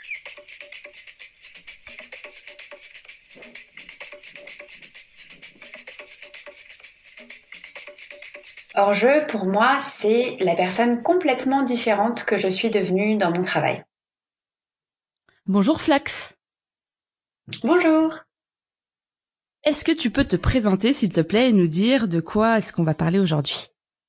Hors-jeu, pour moi, c'est la personne complètement différente que je suis devenue dans mon travail. Bonjour Flax. Bonjour. Est-ce que tu peux te présenter, s'il te plaît, et nous dire de quoi est-ce qu'on va parler aujourd'hui?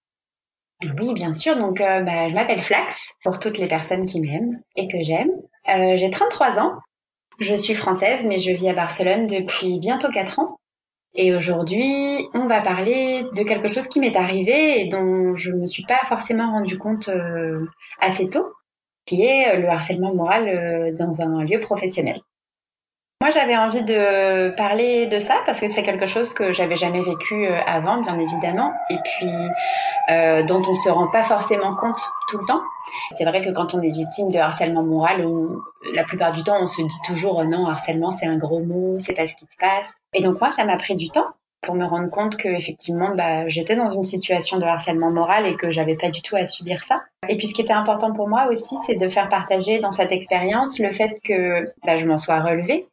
Oui, bien sûr. Donc, je m'appelle Flax, pour toutes les personnes qui m'aiment et que j'aime. J'ai 33 ans. Je suis française, mais je vis à Barcelone depuis bientôt 4 ans. Et aujourd'hui, on va parler de quelque chose qui m'est arrivé et dont je me suis pas forcément rendu compte assez tôt, qui est le harcèlement moral dans un lieu professionnel. Moi, j'avais envie de parler de ça parce que c'est quelque chose que j'avais jamais vécu avant, bien évidemment, et puis dont on se rend pas forcément compte tout le temps. C'est vrai que quand on est victime de harcèlement moral, la plupart du temps, on se dit toujours non, harcèlement, c'est un gros mot, c'est pas ce qui se passe. Et donc moi, ça m'a pris du temps pour me rendre compte que effectivement, j'étais dans une situation de harcèlement moral et que j'avais pas du tout à subir ça. Et puis ce qui était important pour moi aussi, c'est de faire partager dans cette expérience le fait que je m'en sois relevée,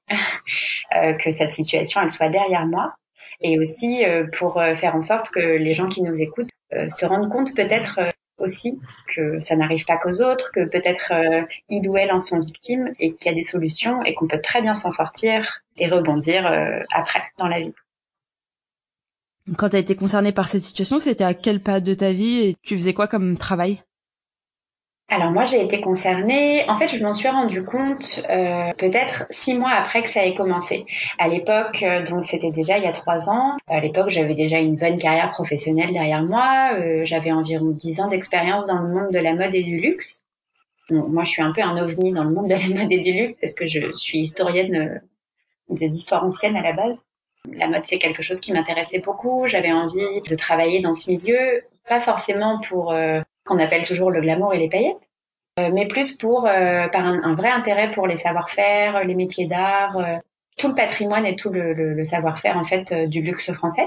que cette situation elle soit derrière moi, et aussi pour faire en sorte que les gens qui nous écoutent se rendent compte peut-être aussi que ça n'arrive pas qu'aux autres, que peut-être ils ou elles en sont victimes et qu'il y a des solutions et qu'on peut très bien s'en sortir et rebondir après dans la vie. Quand tu as été concernée par cette situation, c'était à quelle période de ta vie et tu faisais quoi comme travail? Alors moi j'ai été concernée, en fait je m'en suis rendu compte peut-être 6 mois après que ça ait commencé. À l'époque, donc c'était déjà il y a 3 ans, à l'époque j'avais déjà une bonne carrière professionnelle derrière moi, j'avais environ 10 ans d'expérience dans le monde de la mode et du luxe. Bon, moi je suis un peu un ovni dans le monde de la mode et du luxe parce que je suis historienne d'histoire ancienne à la base. La mode c'est quelque chose qui m'intéressait beaucoup, j'avais envie de travailler dans ce milieu, pas forcément pour ce qu'on appelle toujours le glamour et les paillettes, mais plus pour par un vrai intérêt pour les savoir-faire, les métiers d'art, tout le patrimoine et tout le savoir-faire en fait du luxe français.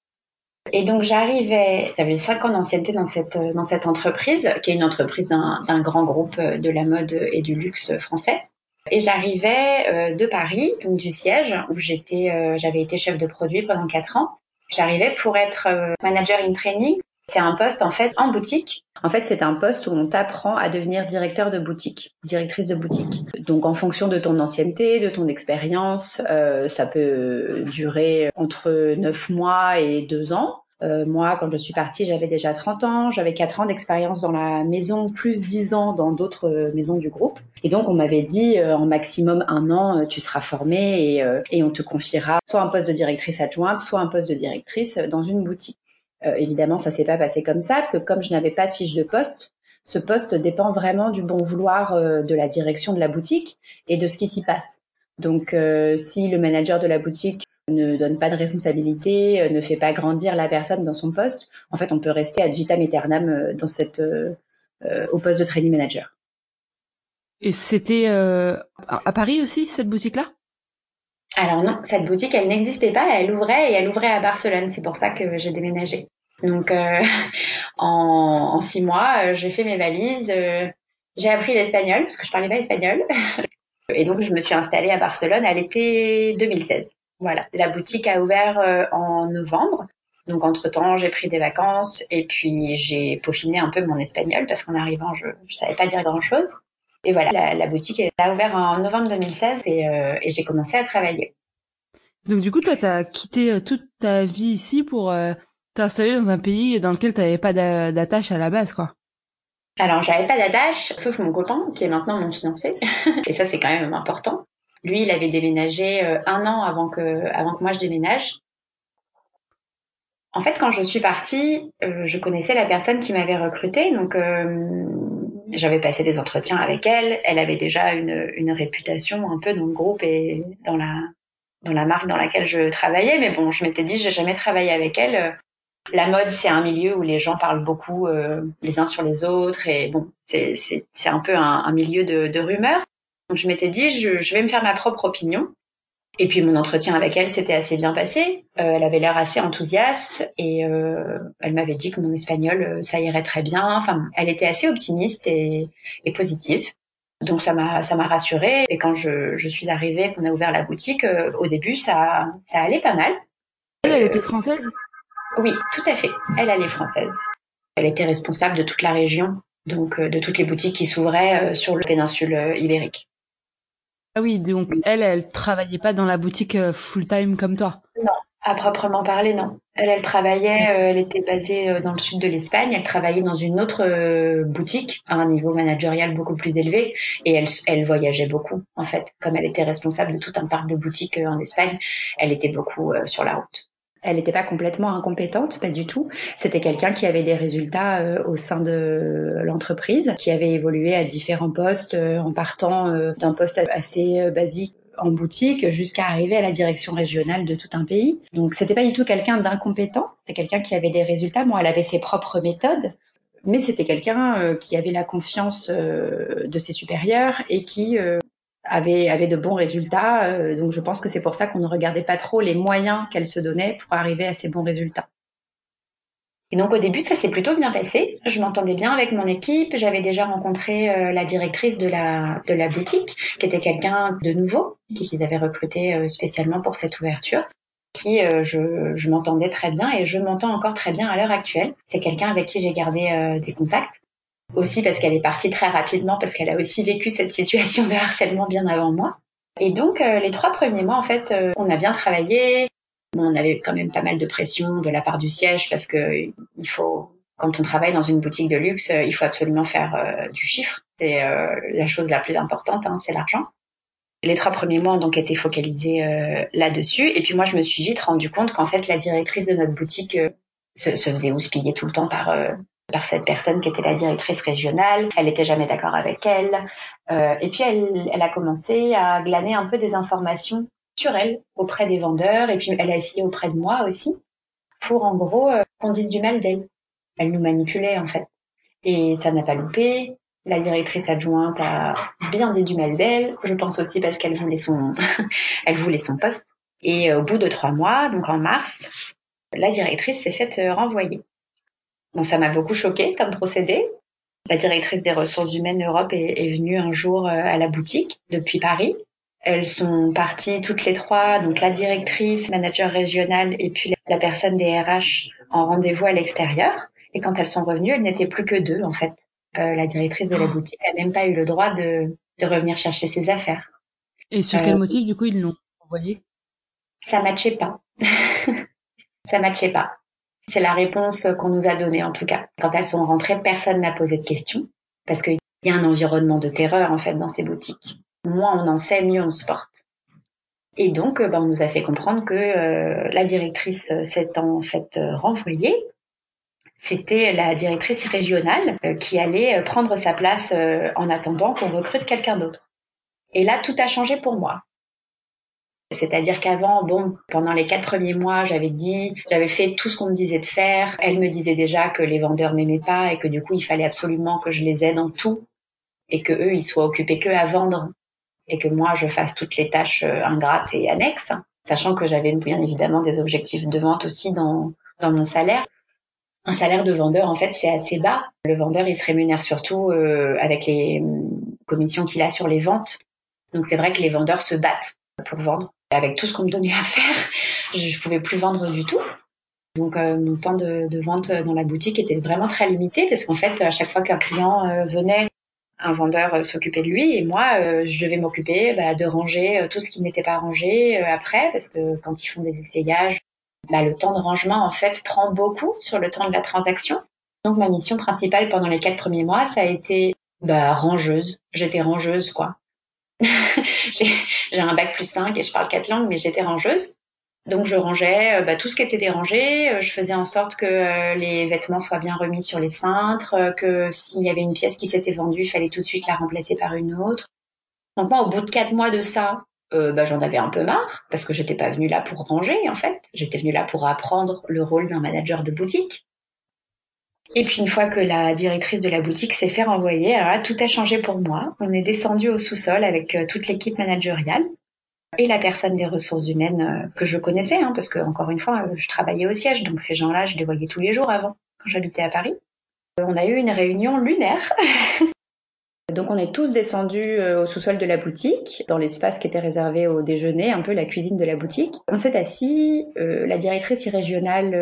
Et donc j'avais 5 ans d'ancienneté dans cette entreprise, qui est une entreprise d'un grand groupe de la mode et du luxe français. Et j'arrivais de Paris, donc du siège où j'avais été chef de produit pendant 4 ans. J'arrivais pour être manager in training. C'est un poste en fait en boutique. En fait, c'est un poste où on t'apprend à devenir directeur de boutique, directrice de boutique. Donc, en fonction de ton ancienneté, de ton expérience, ça peut durer entre 9 mois et 2 ans. Moi, quand je suis partie, j'avais déjà 30 ans, j'avais 4 ans d'expérience dans la maison, plus 10 ans dans d'autres maisons du groupe. Et donc, on m'avait dit, en maximum 1 an, tu seras formée et on te confiera soit un poste de directrice adjointe, soit un poste de directrice dans une boutique. Évidemment, ça s'est pas passé comme ça, parce que comme je n'avais pas de fiche de poste, ce poste dépend vraiment du bon vouloir de la direction de la boutique et de ce qui s'y passe. Donc, si le manager de la boutique ne donne pas de responsabilité, ne fait pas grandir la personne dans son poste, en fait, on peut rester ad vitam aeternam au poste de training manager. Et c'était à Paris aussi, cette boutique-là? Alors non, cette boutique, elle n'existait pas, elle ouvrait à Barcelone, c'est pour ça que j'ai déménagé. Donc en 6 mois, j'ai fait mes valises, j'ai appris l'espagnol parce que je parlais pas espagnol, et donc je me suis installée à Barcelone à l'été 2016. Voilà, la boutique a ouvert en novembre. Donc entre-temps, j'ai pris des vacances et puis j'ai peaufiné un peu mon espagnol parce qu'en arrivant, je savais pas dire grand-chose. Et voilà, la boutique elle a ouvert en novembre 2016 et j'ai commencé à travailler. Donc du coup, toi, t'as quitté toute ta vie ici pour t'installer dans un pays dans lequel t'avais pas d'attache à la base, quoi. Alors, j'avais pas d'attache, sauf mon copain, qui est maintenant mon fiancé. Et ça, c'est quand même important. Lui, il avait déménagé 1 an avant que moi je déménage. En fait, quand je suis partie, je connaissais la personne qui m'avait recrutée, donc j'avais passé des entretiens avec elle. Elle avait déjà une réputation un peu dans le groupe et dans la marque dans laquelle je travaillais. Mais bon, je m'étais dit, j'ai jamais travaillé avec elle. La mode, c'est un milieu où les gens parlent beaucoup les uns sur les autres et bon, c'est un peu un milieu de rumeurs. Donc je m'étais dit, je vais me faire ma propre opinion. Et puis mon entretien avec elle s'était assez bien passé. Elle avait l'air assez enthousiaste et elle m'avait dit que mon espagnol, ça irait très bien. Enfin, elle était assez optimiste et positive. Donc ça m'a rassurée. Et quand je suis arrivée, qu'on a ouvert la boutique, au début ça allait pas mal. Elle était française? Oui, tout à fait. Elle est française. Elle était responsable de toute la région, donc de toutes les boutiques qui s'ouvraient sur le péninsule ibérique. Ah oui, donc elle travaillait pas dans la boutique full-time comme toi. Non, à proprement parler, non. Elle travaillait, elle était basée dans le sud de l'Espagne. Elle travaillait dans une autre boutique à un niveau managérial beaucoup plus élevé, et elle voyageait beaucoup en fait. Comme elle était responsable de tout un parc de boutiques en Espagne, elle était beaucoup sur la route. Elle n'était pas complètement incompétente, pas du tout. C'était quelqu'un qui avait des résultats au sein de l'entreprise, qui avait évolué à différents postes en partant d'un poste assez basique en boutique jusqu'à arriver à la direction régionale de tout un pays. Donc c'était pas du tout quelqu'un d'incompétent, c'était quelqu'un qui avait des résultats. Bon, elle avait ses propres méthodes, mais c'était quelqu'un qui avait la confiance de ses supérieurs et qui avait de bons résultats. Donc je pense que c'est pour ça qu'on ne regardait pas trop les moyens qu'elle se donnait pour arriver à ces bons résultats. Et donc au début, ça s'est plutôt bien passé. Je m'entendais bien avec mon équipe. J'avais déjà rencontré la directrice de la boutique, qui était quelqu'un de nouveau, qu'ils avaient recruté spécialement pour cette ouverture, qui je m'entendais très bien et je m'entends encore très bien à l'heure actuelle. C'est quelqu'un avec qui j'ai gardé des contacts. Aussi parce qu'elle est partie très rapidement, parce qu'elle a aussi vécu cette situation de harcèlement bien avant moi. Et donc les 3 premiers mois, en fait, on a bien travaillé. Bon, on avait quand même pas mal de pression de la part du siège parce que il faut, quand on travaille dans une boutique de luxe, il faut absolument faire du chiffre. C'est la chose la plus importante, hein, c'est l'argent. Les 3 premiers mois ont donc été focalisés là-dessus. Et puis moi, je me suis vite rendu compte qu'en fait, la directrice de notre boutique se faisait houspiller tout le temps par cette personne qui était la directrice régionale. Elle n'était jamais d'accord avec elle. Et puis, elle a commencé à glaner un peu des informations sur elle auprès des vendeurs. Et puis, elle a essayé auprès de moi aussi pour, en gros, qu'on dise du mal d'elle. Elle nous manipulait, en fait. Et ça n'a pas loupé. La directrice adjointe a bien dit du mal d'elle. Je pense aussi parce qu'elle voulait elle voulait son poste. Et au bout de 3 mois, donc en mars, la directrice s'est faite renvoyer. Bon, ça m'a beaucoup choquée comme procédé. La directrice des ressources humaines Europe est venue un jour à la boutique depuis Paris. Elles sont parties toutes les 3, donc la directrice, manager régional et puis la personne des RH en rendez-vous à l'extérieur. Et quand elles sont revenues, elles n'étaient plus que 2 en fait. La directrice de la boutique n'a même pas eu le droit de revenir chercher ses affaires. Et sur quel Euh, motif, du coup, ils l'ont envoyé? Ça matchait pas. Ça matchait pas. C'est la réponse qu'on nous a donnée en tout cas. Quand elles sont rentrées, personne n'a posé de questions parce qu'il y a un environnement de terreur en fait dans ces boutiques. Moins on en sait, mieux on se porte. Et donc, on nous a fait comprendre que la directrice s'étant en fait renvoyée, c'était la directrice régionale qui allait prendre sa place en attendant qu'on recrute quelqu'un d'autre. Et là, tout a changé pour moi. C'est-à-dire qu'avant, bon, pendant les 4 premiers mois, j'avais fait tout ce qu'on me disait de faire. Elle me disait déjà que les vendeurs m'aimaient pas et que du coup, il fallait absolument que je les aide en tout et que eux, ils soient occupés que à vendre et que moi, je fasse toutes les tâches ingrates et annexes, sachant que j'avais bien évidemment des objectifs de vente aussi dans mon salaire. Un salaire de vendeur, en fait, c'est assez bas. Le vendeur, il se rémunère surtout avec les commissions qu'il a sur les ventes. Donc c'est vrai que les vendeurs se battent pour vendre. Avec tout ce qu'on me donnait à faire, je pouvais plus vendre du tout. Donc mon temps de vente dans la boutique était vraiment très limité parce qu'en fait, à chaque fois qu'un client venait, un vendeur s'occupait de lui et moi, je devais m'occuper de ranger tout ce qui n'était pas rangé après parce que quand ils font des essayages, le temps de rangement en fait prend beaucoup sur le temps de la transaction. Donc ma mission principale pendant les 4 premiers mois, ça a été rangeuse. J'étais rangeuse quoi. j'ai, j'ai un bac+5 et je parle 4 langues, mais j'étais rangeuse. Donc je rangeais tout ce qui était dérangé. Je faisais en sorte que les vêtements soient bien remis sur les cintres, que s'il y avait une pièce qui s'était vendue, il fallait tout de suite la remplacer par une autre. Donc moi, au bout de 4 mois de ça, j'en avais un peu marre parce que j'étais pas venue là pour ranger en fait. J'étais venue là pour apprendre le rôle d'un manager de boutique. Et puis une fois que la directrice de la boutique s'est fait renvoyer, alors là, tout a changé pour moi. On est descendu au sous-sol avec toute l'équipe managériale et la personne des ressources humaines que je connaissais, hein, parce que encore une fois, je travaillais au siège, donc ces gens-là, je les voyais tous les jours avant, quand j'habitais à Paris. On a eu une réunion lunaire Donc on est tous descendus au sous-sol de la boutique, dans l'espace qui était réservé au déjeuner, un peu la cuisine de la boutique. On s'est assis, la directrice régionale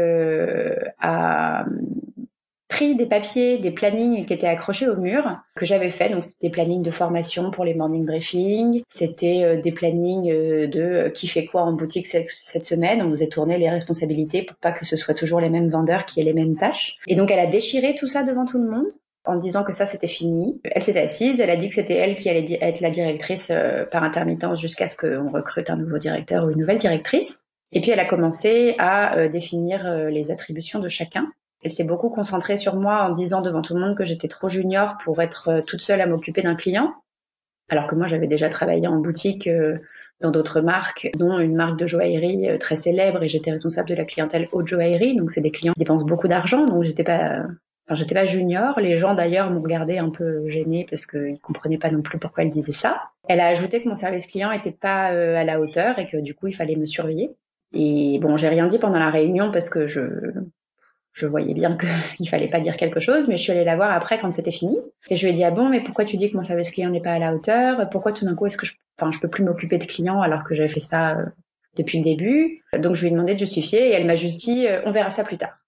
a pris des papiers, des plannings qui étaient accrochés au mur, que j'avais fait. Donc c'était des plannings de formation pour les morning briefings, c'était des plannings de qui fait quoi en boutique cette semaine. On faisait tourner les responsabilités pour pas que ce soit toujours les mêmes vendeurs qui aient les mêmes tâches. Et donc elle a déchiré tout ça devant tout le monde en disant que ça c'était fini. Elle s'est assise, elle a dit que c'était elle qui allait être la directrice par intermittence jusqu'à ce qu'on recrute un nouveau directeur ou une nouvelle directrice. Et puis elle a commencé à définir les attributions de chacun. Elle s'est beaucoup concentrée sur moi en disant devant tout le monde que j'étais trop junior pour être toute seule à m'occuper d'un client, alors que moi j'avais déjà travaillé en boutique dans d'autres marques, dont une marque de joaillerie très célèbre, et j'étais responsable de la clientèle haute joaillerie, donc c'est des clients qui dépensent beaucoup d'argent, donc j'étais pas junior. Les gens d'ailleurs m'ont regardé un peu gênée parce qu'ils comprenaient pas non plus pourquoi elle disait ça. Elle a ajouté que mon service client était pas à la hauteur et que du coup il fallait me surveiller. Et bon, j'ai rien dit pendant la réunion parce que je voyais bien qu'il fallait pas dire quelque chose, mais je suis allée la voir après quand c'était fini. Et je lui ai dit, ah bon, mais pourquoi tu dis que mon service client n'est pas à la hauteur? Pourquoi tout d'un coup, est-ce que je peux plus m'occuper de clients alors que j'avais fait ça depuis le début? Donc je lui ai demandé de justifier et elle m'a juste dit, on verra ça plus tard.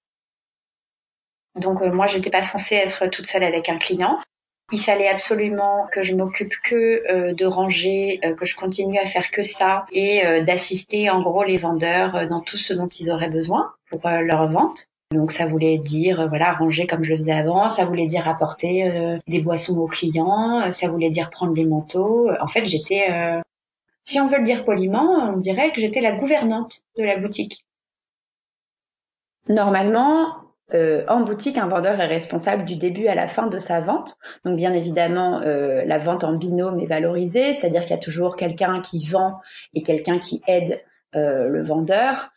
Donc moi, j'étais pas censée être toute seule avec un client. Il fallait absolument que je m'occupe que de ranger, que je continue à faire que ça et d'assister en gros les vendeurs dans tout ce dont ils auraient besoin pour leur vente. Donc ça voulait dire voilà, ranger comme je le faisais avant, ça voulait dire apporter des boissons aux clients, ça voulait dire prendre les manteaux. En fait, j'étais si on veut le dire poliment, on dirait que j'étais la gouvernante de la boutique. Normalement, en boutique, un vendeur est responsable du début à la fin de sa vente. Donc bien évidemment, la vente en binôme est valorisée, c'est-à-dire qu'il y a toujours quelqu'un qui vend et quelqu'un qui aide le vendeur.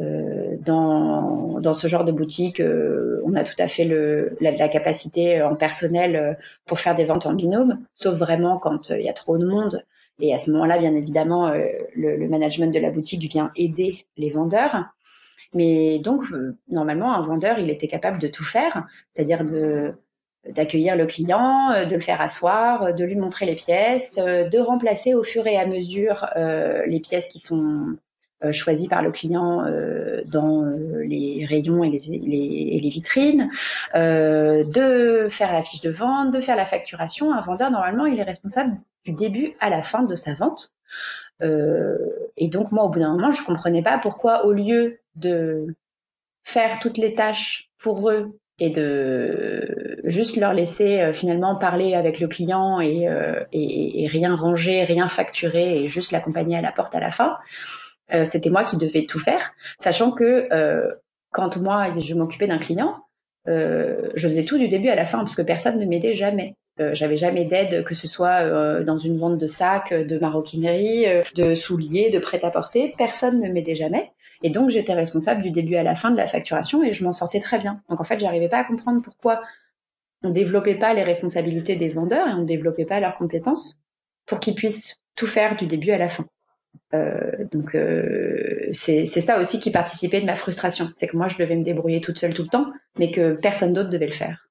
Dans ce genre de boutique, on a tout à fait la capacité en personnel pour faire des ventes en binôme, sauf vraiment quand il y a trop de monde. Et à ce moment-là, bien évidemment, le management de la boutique vient aider les vendeurs. Mais donc, normalement, un vendeur, il était capable de tout faire, c'est-à-dire d'accueillir le client, de le faire asseoir, de lui montrer les pièces, de remplacer au fur et à mesure les pièces qui sont choisies par le client dans les rayons et les vitrines, de faire la fiche de vente, de faire la facturation. Un vendeur, normalement, il est responsable du début à la fin de sa vente. Et donc moi, au bout d'un moment, je comprenais pas pourquoi, au lieu de faire toutes les tâches pour eux et de juste leur laisser finalement parler avec le client et rien ranger, rien facturer et juste l'accompagner à la porte à la fin, c'était moi qui devais tout faire, sachant que quand moi je m'occupais d'un client, je faisais tout du début à la fin parce que personne ne m'aidait jamais. J'avais jamais d'aide, que ce soit dans une vente de sacs, de maroquinerie, de souliers, de prêt-à-porter. Personne ne m'aidait jamais. Et donc, j'étais responsable du début à la fin de la facturation et je m'en sortais très bien. Donc, en fait, j'arrivais pas à comprendre pourquoi on développait pas les responsabilités des vendeurs et on développait pas leurs compétences pour qu'ils puissent tout faire du début à la fin. Donc, c'est ça aussi qui participait de ma frustration. C'est que moi, je devais me débrouiller toute seule tout le temps, mais que personne d'autre devait le faire.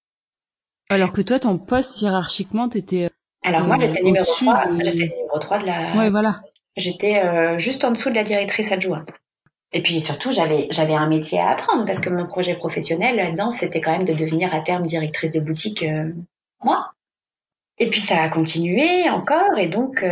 Alors que toi, ton poste hiérarchiquement, t'étais Alors moi, j'étais numéro 3. J'étais numéro 3 de la... Ouais, voilà. J'étais juste en dessous de la directrice adjointe. Et puis surtout, j'avais un métier à apprendre parce que mon projet professionnel là-dedans, c'était quand même de devenir à terme directrice de boutique, moi. Et puis ça a continué encore. Et donc,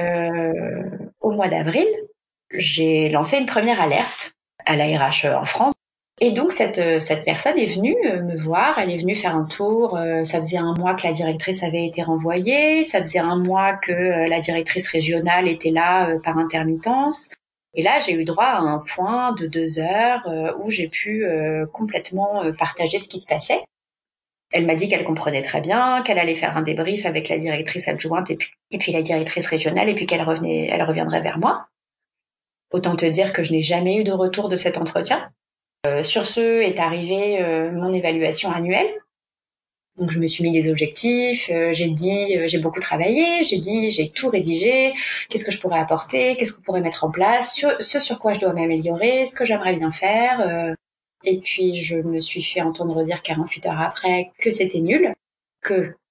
au mois d'avril, j'ai lancé une première alerte à la RH en France. Et donc cette personne est venue me voir, elle est venue faire un tour. Ça faisait un mois que la directrice avait été renvoyée, ça faisait un mois que la directrice régionale était là par intermittence. Et là, j'ai eu droit à un point de 2 heures où j'ai pu complètement partager ce qui se passait. Elle m'a dit qu'elle comprenait très bien, qu'elle allait faire un débrief avec la directrice adjointe et puis la directrice régionale, et puis elle reviendrait vers moi. Autant te dire que je n'ai jamais eu de retour de cet entretien. Sur ce est arrivée mon évaluation annuelle. Donc je me suis mis des objectifs, j'ai beaucoup travaillé, j'ai tout rédigé, qu'est-ce que je pourrais apporter, qu'est-ce qu'on pourrait mettre en place, ce sur quoi je dois m'améliorer, ce que j'aimerais bien faire. Et puis je me suis fait entendre dire 48 heures après que c'était nul, que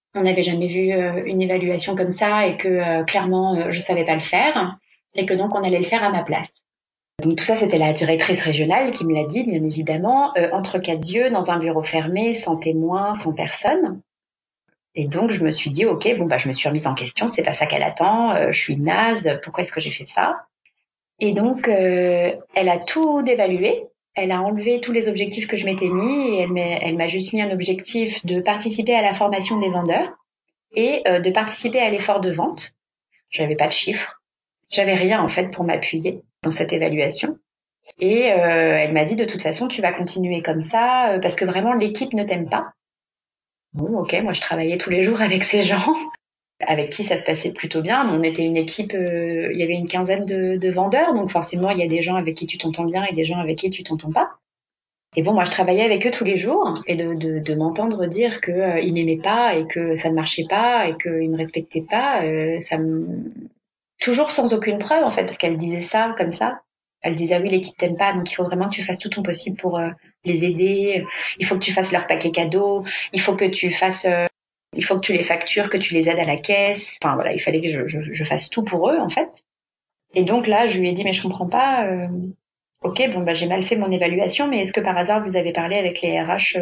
On n'avait jamais vu une évaluation comme ça et que clairement je savais pas le faire et que donc on allait le faire à ma place. Donc tout ça, c'était la directrice régionale qui me l'a dit, bien évidemment, entre quatre yeux, dans un bureau fermé, sans témoin, sans personne. Et donc je me suis dit, ok, bon bah je me suis remise en question, c'est pas ça qu'elle attend, je suis naze, pourquoi est-ce que j'ai fait ça? Et donc elle a tout dévalué, elle a enlevé tous les objectifs que je m'étais mis et elle m'a juste mis un objectif de participer à la formation des vendeurs et de participer à l'effort de vente. J'avais pas de chiffres, j'avais rien en fait pour m'appuyer dans cette évaluation. Et elle m'a dit de toute façon tu vas continuer comme ça parce que vraiment l'équipe ne t'aime pas. Bon ok, moi je travaillais tous les jours avec ces gens avec qui ça se passait plutôt bien. On était une équipe, il y avait une quinzaine de vendeurs, donc forcément il y a des gens avec qui tu t'entends bien et des gens avec qui tu t'entends pas. Et bon, moi je travaillais avec eux tous les jours et de m'entendre dire que ils m'aimaient pas et que ça ne marchait pas et qu'ils me respectaient pas, ça me toujours sans aucune preuve en fait, parce qu'elle disait ça comme ça. Elle disait ah oui l'équipe t'aime pas, donc il faut vraiment que tu fasses tout ton possible pour les aider. Il faut que tu fasses leur paquet cadeau. Il faut que tu fasses il faut que tu les factures, que tu les aides à la caisse. Enfin voilà, il fallait que je fasse tout pour eux en fait. Et donc là, je lui ai dit mais je comprends pas. Ok, bon bah j'ai mal fait mon évaluation, mais est-ce que par hasard vous avez parlé avec les RH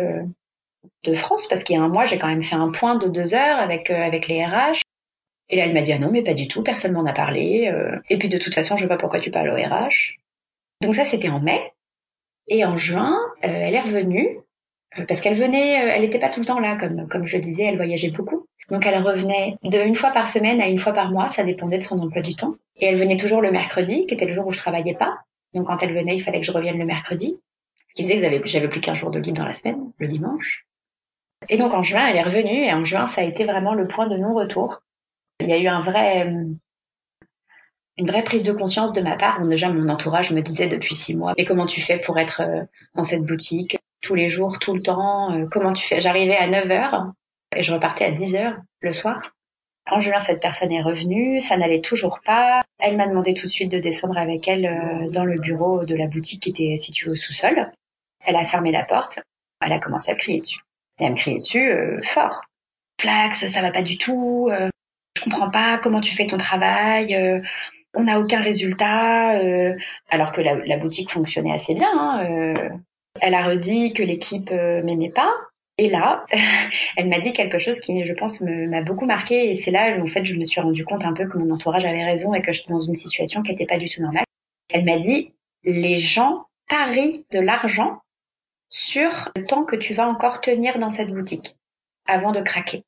de France? Parce qu'il y a un mois, j'ai quand même fait un point de 2 heures avec les RH. Et là, elle m'a dit ah non mais pas du tout, personne m'en a parlé. Et puis de toute façon, je vois pas pourquoi tu parles aux RH. Donc ça c'était en mai. Et en juin, elle est revenue parce qu'elle venait, elle n'était pas tout le temps là, comme je le disais, elle voyageait beaucoup. Donc elle revenait de une fois par semaine à une fois par mois, ça dépendait de son emploi du temps. Et elle venait toujours le mercredi, qui était le jour où je travaillais pas. Donc quand elle venait, il fallait que je revienne le mercredi, ce qui faisait que j'avais plus qu'un jour de libre dans la semaine, le dimanche. Et donc en juin, elle est revenue, et en juin, ça a été vraiment le point de non-retour. Il y a eu une vraie prise de conscience de ma part. Bon, déjà, mon entourage me disait depuis 6 mois, mais comment tu fais pour être dans cette boutique tous les jours, tout le temps comment tu fais? J'arrivais à 9 heures et je repartais à 10 heures le soir. En juin, cette personne est revenue, ça n'allait toujours pas. Elle m'a demandé tout de suite de descendre avec elle dans le bureau de la boutique qui était située au sous-sol. Elle a fermé la porte, elle a commencé à me crier dessus. Et elle me criait dessus fort. Flax, ça va pas du tout, je comprends pas comment tu fais ton travail, on n'a aucun résultat, alors que la boutique fonctionnait assez bien. Hein, elle a redit que l'équipe m'aimait pas. Et là, elle m'a dit quelque chose qui, je pense, m'a beaucoup marqué. Et c'est là où, en fait, je me suis rendu compte un peu que mon entourage avait raison et que j'étais dans une situation qui n'était pas du tout normale. Elle m'a dit, les gens parient de l'argent sur le temps que tu vas encore tenir dans cette boutique avant de craquer.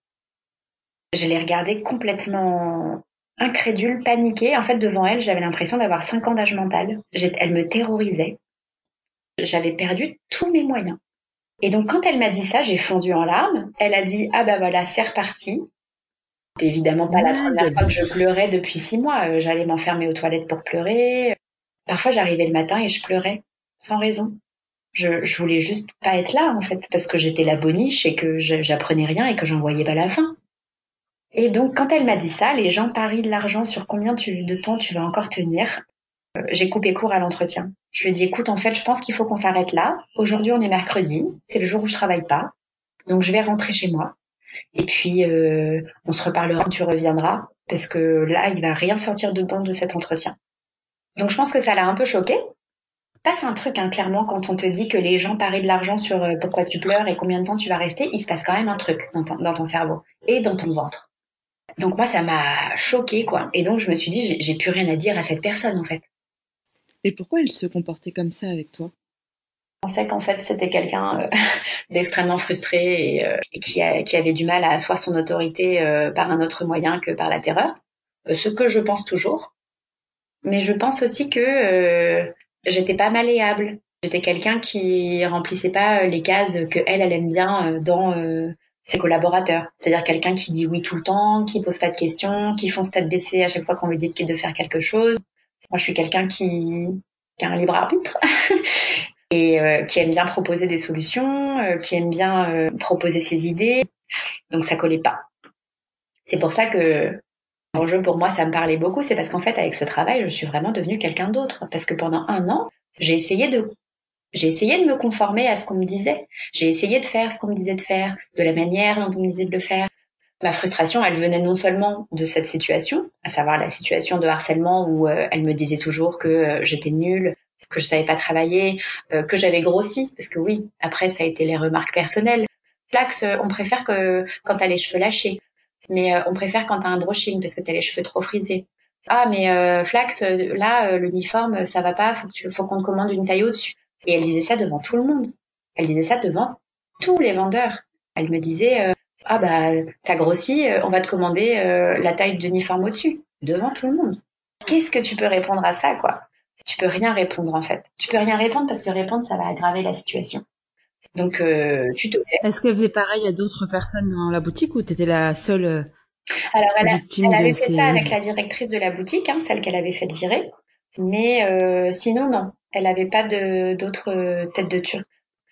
Je l'ai regardée complètement incrédule, paniquée. En fait, devant elle, j'avais l'impression d'avoir 5 ans d'âge mental. Elle me terrorisait. J'avais perdu tous mes moyens. Et donc, quand elle m'a dit ça, j'ai fondu en larmes. Elle a dit, ah bah voilà, c'est reparti. C'était évidemment pas la première fois que je pleurais depuis 6 mois. J'allais m'enfermer aux toilettes pour pleurer. Parfois, j'arrivais le matin et je pleurais, sans raison. Je voulais juste pas être là, en fait, parce que j'étais la boniche et que j'apprenais rien et que j'en voyais pas la fin. Et donc, quand elle m'a dit ça, les gens parient de l'argent sur combien de temps tu vas encore tenir. J'ai coupé court à l'entretien. Je lui ai dit, écoute, en fait, je pense qu'il faut qu'on s'arrête là. Aujourd'hui, on est mercredi. C'est le jour où je travaille pas. Donc, je vais rentrer chez moi. Et puis, on se reparlera quand tu reviendras. Parce que là, il va rien sortir de bon de cet entretien. Donc, je pense que ça l'a un peu choqué. Passe un truc, hein, clairement, quand on te dit que les gens parient de l'argent sur pourquoi tu pleures et combien de temps tu vas rester, il se passe quand même un truc dans ton cerveau et dans ton ventre. Donc moi, ça m'a choquée, quoi. Et donc, je me suis dit, j'ai plus rien à dire à cette personne, en fait. Et pourquoi elle se comportait comme ça avec toi? Je pensais qu'en fait, c'était quelqu'un d'extrêmement frustré et qui avait du mal à asseoir son autorité par un autre moyen que par la terreur. Ce que je pense toujours. Mais je pense aussi que j'étais pas malléable. J'étais quelqu'un qui remplissait pas les cases que elle aime bien dans ses collaborateurs. C'est-à-dire quelqu'un qui dit oui tout le temps, qui pose pas de questions, qui fonce tête baissée à chaque fois qu'on lui dit de faire quelque chose. Moi, je suis quelqu'un qui a un libre arbitre et qui aime bien proposer des solutions, qui aime bien proposer ses idées. Donc ça collait pas. C'est pour ça que l'enjeu pour moi, ça me parlait beaucoup. C'est parce qu'en fait, avec ce travail, je suis vraiment devenue quelqu'un d'autre. Parce que pendant 1 an, j'ai essayé de me conformer à ce qu'on me disait. J'ai essayé de faire ce qu'on me disait de faire, de la manière dont on me disait de le faire. Ma frustration, elle venait non seulement de cette situation, à savoir la situation de harcèlement où elle me disait toujours que j'étais nulle, que je savais pas travailler, que j'avais grossi, parce que oui, après ça a été les remarques personnelles. Flax, on préfère que quand t'as les cheveux lâchés, mais on préfère quand t'as un brushing parce que t'as les cheveux trop frisés. Ah mais Flax, là l'uniforme ça va pas, faut qu'on te commande une taille au-dessus. Et elle disait ça devant tout le monde. Elle disait ça devant tous les vendeurs. Elle me disait ah bah t'as grossi, on va te commander la taille d'uniforme au-dessus, devant tout le monde. Qu'est-ce que tu peux répondre à ça, quoi? Tu peux rien répondre en fait. Tu peux rien répondre parce que répondre ça va aggraver la situation. Donc tu te tais. Est-ce qu'elle faisait pareil à d'autres personnes dans la boutique ou t'étais la seule Alors victime elle de avait fait ça ces... avec la directrice de la boutique, hein, celle qu'elle avait fait virer. Mais sinon non, elle avait pas d'autres têtes de turc.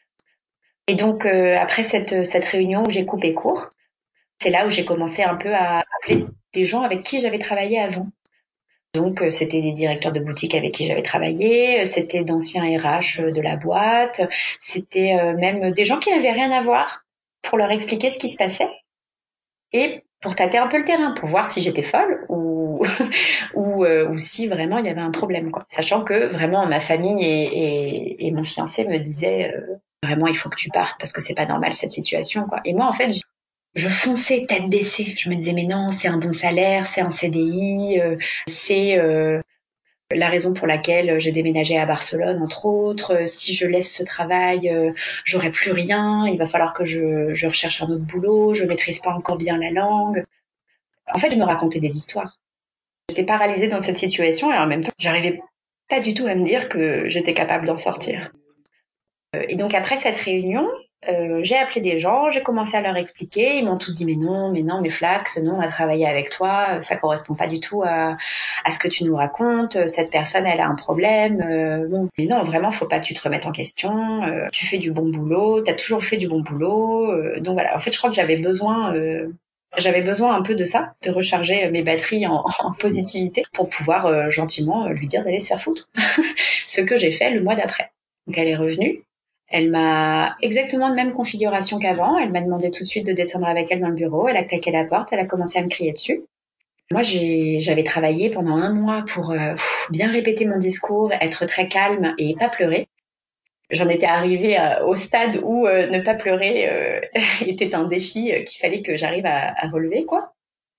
Et donc après cette réunion où j'ai coupé court, c'est là où j'ai commencé un peu à appeler des gens avec qui j'avais travaillé avant. Donc, c'était des directeurs de boutique avec qui j'avais travaillé, c'était d'anciens RH de la boîte, c'était même des gens qui n'avaient rien à voir pour leur expliquer ce qui se passait et pour tâter un peu le terrain, pour voir si j'étais folle ou ou si vraiment il y avait un problème, quoi. Sachant que vraiment ma famille et mon fiancé me disaient vraiment il faut que tu partes parce que c'est pas normal cette situation, quoi. Et moi en fait je fonçais tête baissée. Je me disais mais non, c'est un bon salaire, c'est un CDI, c'est la raison pour laquelle j'ai déménagé à Barcelone, entre autres. Si je laisse ce travail, j'aurai plus rien. Il va falloir que je recherche un autre boulot. Je maîtrise pas encore bien la langue. En fait, je me racontais des histoires. J'étais paralysée dans cette situation et en même temps, j'arrivais pas du tout à me dire que j'étais capable d'en sortir. Et donc après cette réunion, j'ai appelé des gens, j'ai commencé à leur expliquer. Ils m'ont tous dit mais non, mais Flax, non, on a travaillé avec toi, ça correspond pas du tout à ce que tu nous racontes. Cette personne, elle a un problème. Bon, mais non, vraiment, faut pas que tu te remettes en question. Tu fais du bon boulot, t'as toujours fait du bon boulot. Donc voilà. En fait, je crois que j'avais besoin un peu de ça, de recharger mes batteries en positivité pour pouvoir gentiment lui dire d'aller se faire foutre. Ce que j'ai fait le mois d'après. Donc elle est revenue. Elle m'a exactement de même configuration qu'avant. Elle m'a demandé tout de suite de descendre avec elle dans le bureau. Elle a claqué la porte. Elle a commencé à me crier dessus. Moi, j'avais travaillé pendant un mois pour bien répéter mon discours, être très calme et pas pleurer. J'en étais arrivée au stade où ne pas pleurer était un défi qu'il fallait que j'arrive à relever, quoi.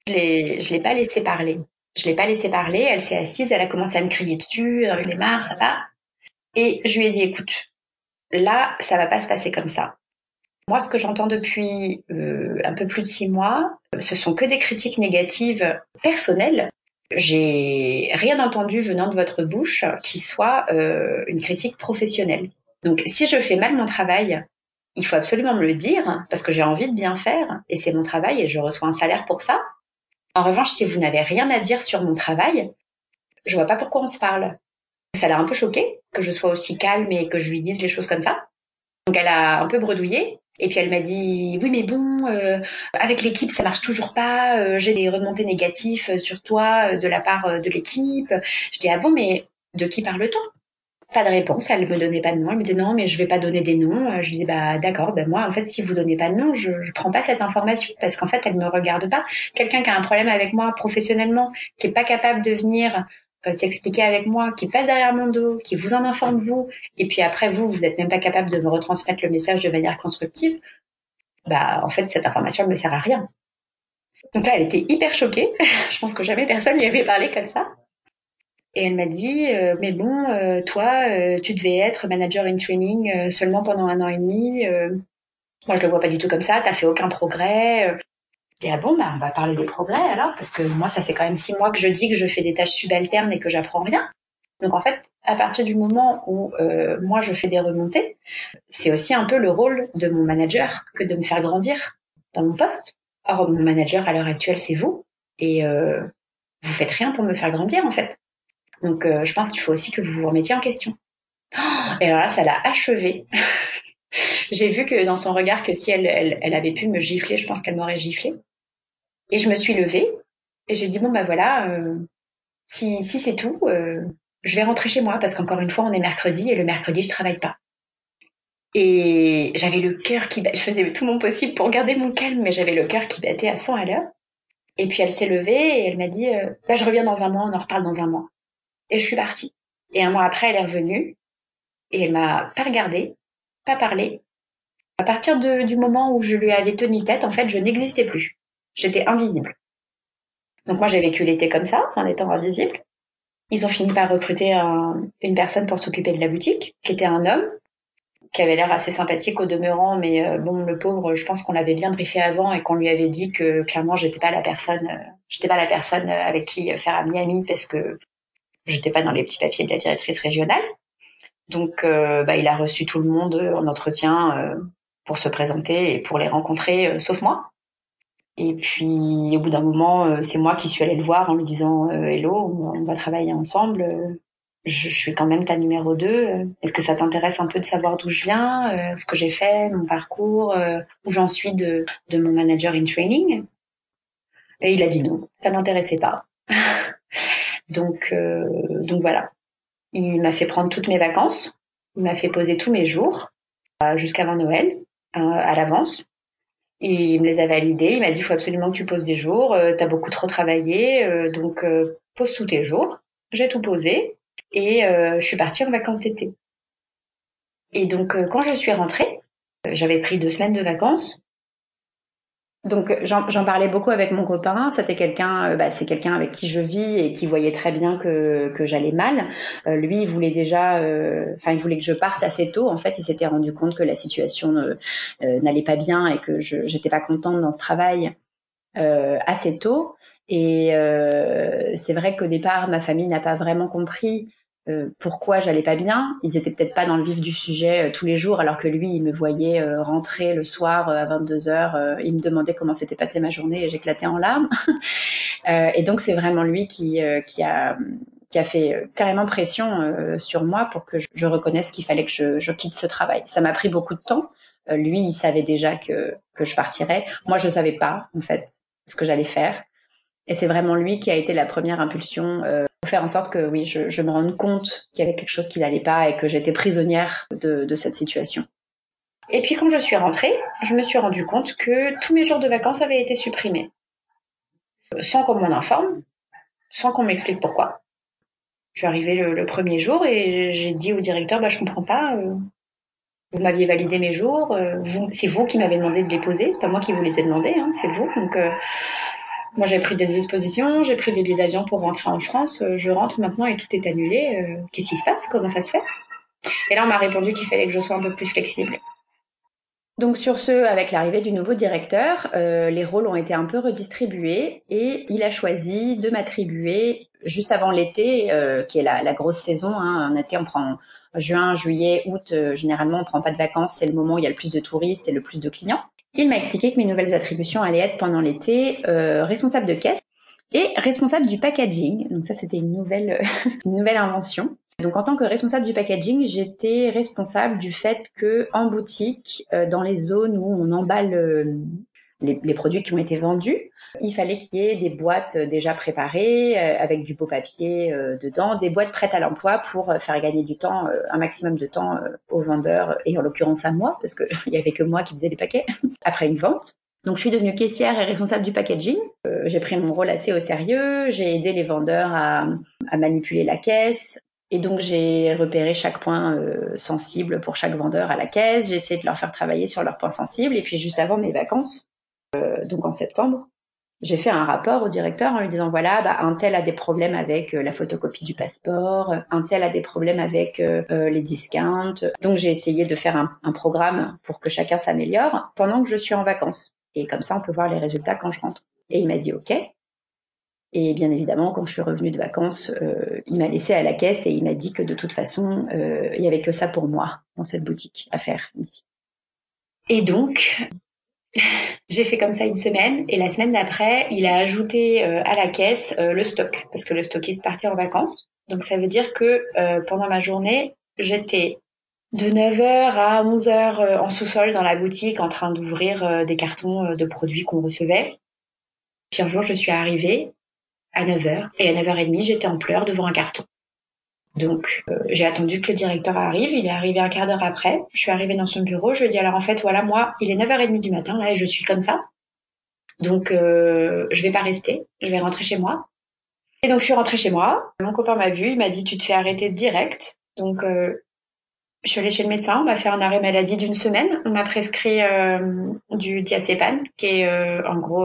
Je l'ai pas laissé parler. Je l'ai pas laissé parler. Elle s'est assise. Elle a commencé à me crier dessus. J'en ai marre, ça va. Et je lui ai dit, écoute, là, ça va pas se passer comme ça. Moi, ce que j'entends depuis un peu plus de 6 mois, ce sont que des critiques négatives personnelles. J'ai rien entendu venant de votre bouche qui soit une critique professionnelle. Donc, si je fais mal mon travail, il faut absolument me le dire parce que j'ai envie de bien faire et c'est mon travail et je reçois un salaire pour ça. En revanche, si vous n'avez rien à dire sur mon travail, je vois pas pourquoi on se parle. Ça l'a un peu choquée que je sois aussi calme et que je lui dise les choses comme ça. Donc elle a un peu bredouillé. Et puis elle m'a dit oui mais bon avec l'équipe ça marche toujours pas, j'ai des remontées négatives sur toi de la part de l'équipe. Je dis ah bon mais de qui parle-t-on? Pas de réponse, elle me donnait pas de nom. Elle me disait non mais je vais pas donner des noms. Je disais bah d'accord, ben moi en fait si vous donnez pas de nom je prends pas cette information parce qu'en fait elle me regarde pas. Quelqu'un qui a un problème avec moi professionnellement, qui est pas capable de venir s'expliquer avec moi, qui passe derrière mon dos, qui vous en informe vous, et puis après vous êtes même pas capable de me retransmettre le message de manière constructive, bah en fait cette information elle me sert à rien. Donc là elle était hyper choquée. Je pense que jamais personne lui avait parlé comme ça. Et elle m'a dit mais bon toi tu devais être manager in training seulement pendant 1 an et demi. Moi je le vois pas du tout comme ça. T'as fait aucun progrès. Je dis ah bon bah on va parler des progrès alors parce que moi ça fait quand même 6 mois que je dis que je fais des tâches subalternes et que j'apprends rien. Donc en fait, à partir du moment où moi je fais des remontées, c'est aussi un peu le rôle de mon manager que de me faire grandir dans mon poste. Or mon manager à l'heure actuelle c'est vous et vous faites rien pour me faire grandir en fait. Donc je pense qu'il faut aussi que vous vous remettiez en question. Et alors là ça l'a achevé. J'ai vu que dans son regard que si elle avait pu me gifler, je pense qu'elle m'aurait giflé. Et je me suis levée et j'ai dit bon bah voilà, si c'est tout, je vais rentrer chez moi parce qu'encore une fois on est mercredi et le mercredi je travaille pas. Et j'avais le cœur qui battait. Je faisais tout mon possible pour garder mon calme, mais j'avais le cœur qui battait à 100 à l'heure. Et puis elle s'est levée et elle m'a dit bah, je reviens dans un mois, on en reparle dans un mois. Et je suis partie. Et un mois après, elle est revenue et elle m'a pas regardée, pas parlé. À partir du moment où je lui avais tenu tête, en fait, je n'existais plus. J'étais invisible. Donc moi, j'ai vécu l'été comme ça, en étant invisible. Ils ont fini par recruter une personne pour s'occuper de la boutique, qui était un homme, qui avait l'air assez sympathique au demeurant, mais bon, le pauvre, je pense qu'on l'avait bien briefé avant et qu'on lui avait dit que clairement, j'étais pas la personne avec qui faire ami-ami parce que j'étais pas dans les petits papiers de la directrice régionale. Donc, il a reçu tout le monde en entretien pour se présenter et pour les rencontrer, sauf moi. Et puis, au bout d'un moment, c'est moi qui suis allée le voir en lui disant Hello, on va travailler ensemble. Je suis quand même ta numéro 2. Est-ce que ça t'intéresse un peu de savoir d'où je viens, ce que j'ai fait, mon parcours, où j'en suis de mon manager in training? Et il a dit non, ça m'intéressait pas. Donc voilà. Il m'a fait prendre toutes mes vacances. Il m'a fait poser tous mes jours jusqu'avant Noël à l'avance. Et il me les a validés. Il m'a dit, il faut absolument que tu poses des jours. T'as beaucoup trop travaillé, donc pose tous tes jours. J'ai tout posé et je suis partie en vacances d'été. Et donc quand je suis rentrée, j'avais pris 2 semaines de vacances. Donc j'en parlais beaucoup avec mon copain. C'était quelqu'un, c'est quelqu'un avec qui je vis et qui voyait très bien que j'allais mal. Lui, il voulait déjà, il voulait que je parte assez tôt. En fait, il s'était rendu compte que la situation n'allait pas bien et que j'étais pas contente dans ce travail assez tôt. Et c'est vrai qu'au départ, ma famille n'a pas vraiment compris pourquoi j'allais pas bien. Ils étaient peut-être pas dans le vif du sujet tous les jours, alors que lui, il me voyait rentrer le soir à 22h. Il me demandait comment s'était passée ma journée et j'éclatais en larmes. Et donc, c'est vraiment lui qui a fait carrément pression sur moi pour que je reconnaisse qu'il fallait que je quitte ce travail. Ça m'a pris beaucoup de temps. Lui, il savait déjà que je partirais. Moi, je savais pas, en fait, ce que j'allais faire. Et c'est vraiment lui qui a été la première impulsion pour faire en sorte que oui, je me rende compte qu'il y avait quelque chose qui n'allait pas et que j'étais prisonnière de cette situation. Et puis quand je suis rentrée, je me suis rendu compte que tous mes jours de vacances avaient été supprimés. Sans qu'on m'en informe, sans qu'on m'explique pourquoi. Je suis arrivée le premier jour et j'ai dit au directeur, je comprends pas, vous m'aviez validé mes jours, c'est vous qui m'avez demandé de les poser, c'est pas moi qui vous les ai demandés, hein, c'est vous. Donc moi, j'ai pris des dispositions, j'ai pris des billets d'avion pour rentrer en France. Je rentre maintenant et tout est annulé. Qu'est-ce qui se passe? Comment ça se fait? Et là, on m'a répondu qu'il fallait que je sois un peu plus flexible. Donc sur ce, avec l'arrivée du nouveau directeur, les rôles ont été un peu redistribués et il a choisi de m'attribuer juste avant l'été, qui est la grosse saison. Hein. En été, on prend juin, juillet, août. Généralement, on prend pas de vacances. C'est le moment où il y a le plus de touristes et le plus de clients. Il m'a expliqué que mes nouvelles attributions allaient être pendant l'été responsable de caisse et responsable du packaging. Donc ça, c'était une nouvelle invention. Donc en tant que responsable du packaging, j'étais responsable du fait que en boutique, dans les zones où on emballe les produits qui ont été vendus, il fallait qu'il y ait des boîtes déjà préparées avec du beau papier dedans, des boîtes prêtes à l'emploi pour faire gagner du temps, un maximum de temps aux vendeurs et en l'occurrence à moi parce que il y avait que moi qui faisais les paquets après une vente. Donc je suis devenue caissière et responsable du packaging. J'ai pris mon rôle assez au sérieux, j'ai aidé les vendeurs à manipuler la caisse. Et donc, j'ai repéré chaque point sensible pour chaque vendeur à la caisse. J'ai essayé de leur faire travailler sur leurs points sensibles. Et puis, juste avant mes vacances, donc en septembre, j'ai fait un rapport au directeur en lui disant, voilà, un tel a des problèmes avec la photocopie du passeport, un tel a des problèmes avec les discounts. Donc, j'ai essayé de faire un programme pour que chacun s'améliore pendant que je suis en vacances. Et comme ça, on peut voir les résultats quand je rentre. Et il m'a dit, OK. Et bien évidemment, quand je suis revenue de vacances, il m'a laissée à la caisse et il m'a dit que de toute façon, il y avait que ça pour moi dans cette boutique à faire ici. Et donc, j'ai fait comme ça une semaine et la semaine d'après, il a ajouté à la caisse le stock parce que le stockiste partait en vacances. Donc ça veut dire que pendant ma journée, j'étais de 9h à 11h en sous-sol dans la boutique en train d'ouvrir des cartons de produits qu'on recevait. Puis un jour, je suis arrivée à 9h. Et à 9h30, j'étais en pleurs devant un carton. Donc, j'ai attendu que le directeur arrive. Il est arrivé un quart d'heure après. Je suis arrivée dans son bureau. Je lui ai dit, alors en fait, voilà, moi, il est 9h30 du matin, là, et je suis comme ça. Donc, je vais pas rester. Je vais rentrer chez moi. Et donc, je suis rentrée chez moi. Mon copain m'a vu. Il m'a dit, tu te fais arrêter direct. Donc, je suis allée chez le médecin. On m'a fait un arrêt maladie d'1 semaine. On m'a prescrit du diazépam, qui est en gros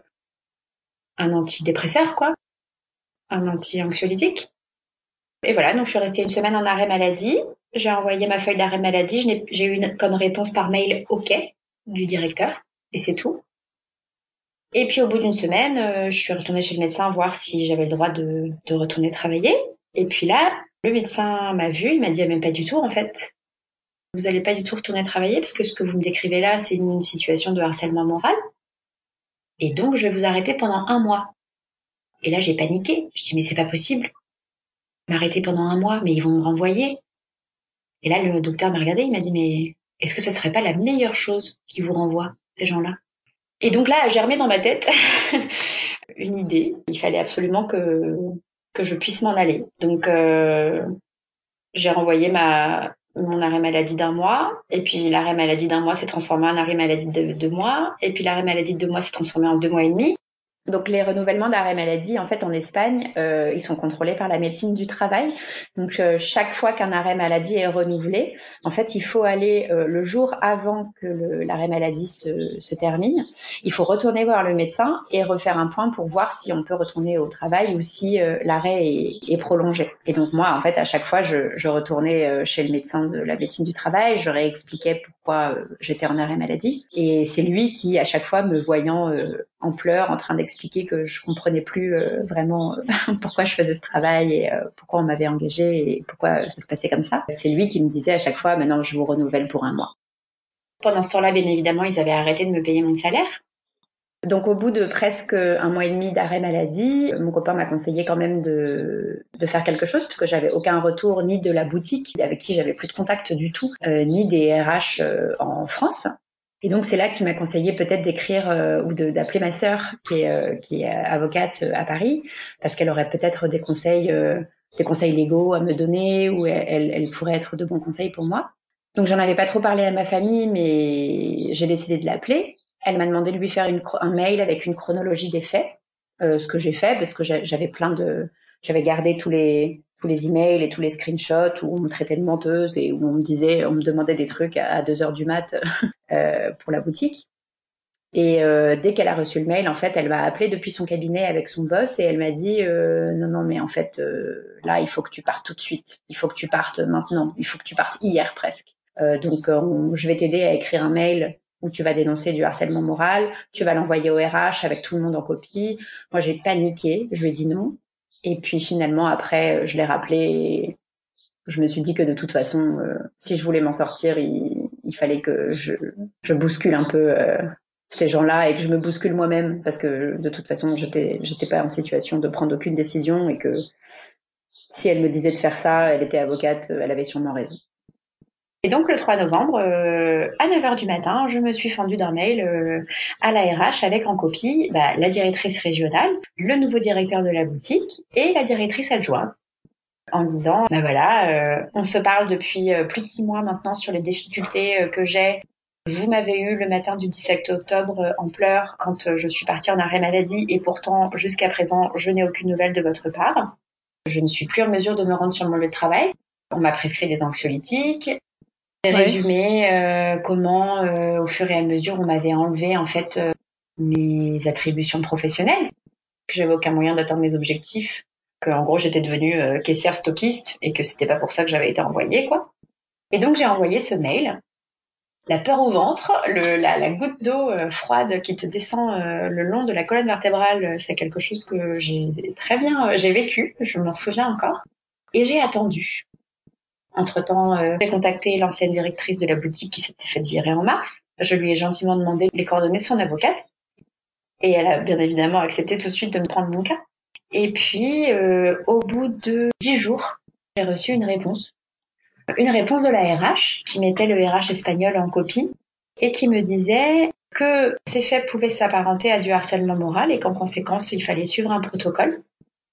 un antidépresseur, quoi. Un anti-anxiolytique. Et voilà, donc je suis restée 1 semaine en arrêt maladie. J'ai envoyé ma feuille d'arrêt maladie. J'ai eu comme réponse par mail OK du directeur. Et c'est tout. Et puis au bout d'1 semaine, je suis retournée chez le médecin voir si j'avais le droit de retourner travailler. Et puis là, le médecin m'a vu, il m'a dit même pas du tout en fait. Vous allez pas du tout retourner travailler parce que ce que vous me décrivez là, c'est une situation de harcèlement moral. Et donc je vais vous arrêter pendant 1 mois. Et là j'ai paniqué. Je dis mais c'est pas possible. M'arrêter pendant 1 mois, mais ils vont me renvoyer. Et là le docteur m'a regardé, il m'a dit mais est-ce que ce serait pas la meilleure chose qu'ils vous renvoient, ces gens-là? Et donc là a germé dans ma tête une idée. Il fallait absolument que je puisse m'en aller. Donc j'ai renvoyé mon arrêt maladie d'1 mois, et puis l'arrêt maladie d'1 mois s'est transformé en arrêt maladie de 2 mois, et puis l'arrêt maladie de 2 mois s'est transformé en 2 mois et demi. Donc les renouvellements d'arrêt maladie, en fait, en Espagne, ils sont contrôlés par la médecine du travail. Donc chaque fois qu'un arrêt maladie est renouvelé, en fait, il faut aller le jour avant que l'arrêt maladie se termine. Il faut retourner voir le médecin et refaire un point pour voir si on peut retourner au travail ou si l'arrêt est prolongé. Et donc moi, en fait, à chaque fois, je retournais chez le médecin de la médecine du travail, je réexpliquais pourquoi j'étais en arrêt maladie. Et c'est lui qui, à chaque fois, me voyant en pleurs, en train d'expliquer que je comprenais plus vraiment pourquoi je faisais ce travail et pourquoi on m'avait engagée et pourquoi ça se passait comme ça. C'est lui qui me disait à chaque fois, maintenant je vous renouvelle pour 1 mois. Pendant ce temps-là, bien évidemment, ils avaient arrêté de me payer mon salaire. Donc au bout de presque 1 mois et demi d'arrêt maladie, mon copain m'a conseillé quand même de faire quelque chose parce que j'avais aucun retour ni de la boutique avec qui j'avais plus de contact du tout, ni des RH en France. Et donc c'est là qu'il m'a conseillé peut-être d'écrire ou d'appeler ma sœur qui est avocate à Paris parce qu'elle aurait peut-être des conseils légaux à me donner ou elle pourrait être de bons conseils pour moi. Donc j'en avais pas trop parlé à ma famille, mais j'ai décidé de l'appeler. Elle m'a demandé de lui faire un mail avec une chronologie des faits, ce que j'ai fait parce que j'avais gardé tous les emails et tous les screenshots où on me traitait de menteuse et où on me demandait des trucs à 2h du mat pour la boutique. Et dès qu'elle a reçu le mail, en fait, elle m'a appelé depuis son cabinet avec son boss et elle m'a dit non mais en fait là il faut que tu partes tout de suite, il faut que tu partes maintenant, il faut que tu partes hier presque. Donc je vais t'aider à écrire un mail où tu vas dénoncer du harcèlement moral, tu vas l'envoyer au RH avec tout le monde en copie. Moi j'ai paniqué, je lui ai dit non. Et puis finalement après je l'ai rappelé et je me suis dit que de toute façon si je voulais m'en sortir il fallait que je bouscule un peu ces gens-là et que je me bouscule moi-même parce que de toute façon j'étais pas en situation de prendre aucune décision et que si elle me disait de faire ça, elle était avocate, elle avait sûrement raison. Et donc le 3 novembre, à 9h du matin, je me suis fendue d'un mail à la RH avec en copie la directrice régionale, le nouveau directeur de la boutique et la directrice adjointe, en disant voilà, on se parle depuis plus de 6 mois maintenant sur les difficultés que j'ai. Vous m'avez eu le matin du 17 octobre en pleurs quand je suis partie en arrêt maladie et pourtant jusqu'à présent je n'ai aucune nouvelle de votre part. Je ne suis plus en mesure de me rendre sur mon lieu de travail. On m'a prescrit des anxiolytiques. J'ai résumé comment au fur et à mesure on m'avait enlevé en fait mes attributions professionnelles, que j'avais aucun moyen d'atteindre mes objectifs, que en gros j'étais devenue caissière stockiste et que c'était pas pour ça que j'avais été envoyée quoi. Et donc j'ai envoyé ce mail. La peur au ventre, la goutte d'eau froide qui te descend le long de la colonne vertébrale, c'est quelque chose que j'ai vécu, je m'en souviens encore. Et j'ai attendu. Entre-temps, j'ai contacté l'ancienne directrice de la boutique qui s'était faite virer en mars. Je lui ai gentiment demandé les coordonnées de son avocate. Et elle a bien évidemment accepté tout de suite de me prendre mon cas. Et puis, au bout de 10 jours, j'ai reçu une réponse. Une réponse de la RH, qui mettait le RH espagnol en copie, et qui me disait que ces faits pouvaient s'apparenter à du harcèlement moral et qu'en conséquence, il fallait suivre un protocole.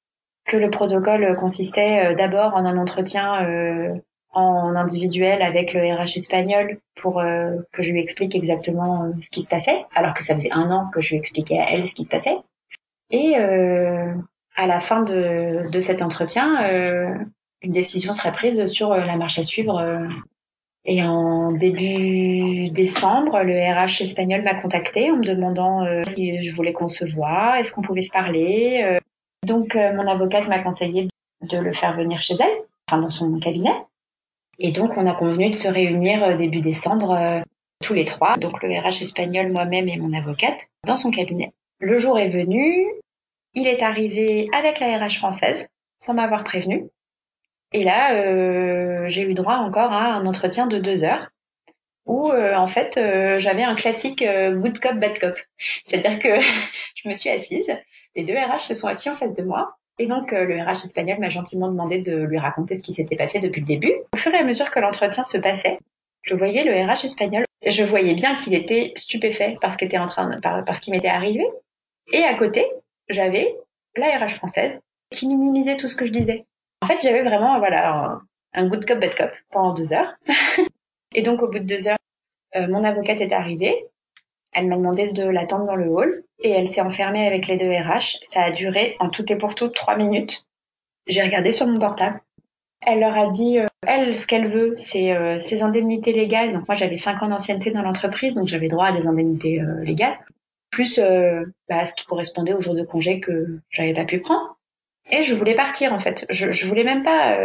que le protocole consistait d'abord en un entretien en individuel avec le RH espagnol pour que je lui explique exactement ce qui se passait, alors que ça faisait 1 an que je lui expliquais à elle ce qui se passait. Et à la fin de cet entretien, une décision serait prise sur la marche à suivre. Et en début décembre, le RH espagnol m'a contacté en me demandant si je voulais qu'on se voie, est-ce qu'on pouvait se parler. Donc mon avocate m'a conseillé de le faire venir chez elle, enfin dans son cabinet. Et donc on a convenu de se réunir début décembre tous les trois, donc le RH espagnol, moi-même et mon avocate, dans son cabinet. Le jour est venu, il est arrivé avec la RH française, sans m'avoir prévenu. Et là, j'ai eu droit encore à un entretien de 2 heures où, en fait, j'avais un classique good cop, bad cop. C'est-à-dire que je me suis assise, les deux RH se sont assis en face de moi. Et donc, le RH espagnol m'a gentiment demandé de lui raconter ce qui s'était passé depuis le début. Au fur et à mesure que l'entretien se passait, je voyais le RH espagnol. Je voyais bien qu'il était stupéfait par ce qui m'était arrivé. Et à côté, j'avais la RH française qui minimisait tout ce que je disais. En fait, j'avais vraiment, voilà, un good cop, bad cop pendant 2 heures. Et donc, au bout de 2 heures, mon avocate est arrivée. Elle m'a demandé de l'attendre dans le hall et elle s'est enfermée avec les deux RH. Ça a duré en tout et pour tout 3 minutes. J'ai regardé sur mon portable. Elle leur a dit, elle, ce qu'elle veut, c'est ses indemnités légales. Donc moi, j'avais 5 ans d'ancienneté dans l'entreprise, donc j'avais droit à des indemnités légales, plus ce qui correspondait aux jours de congé que j'avais pas pu prendre. Et je voulais partir, en fait. Je voulais même pas...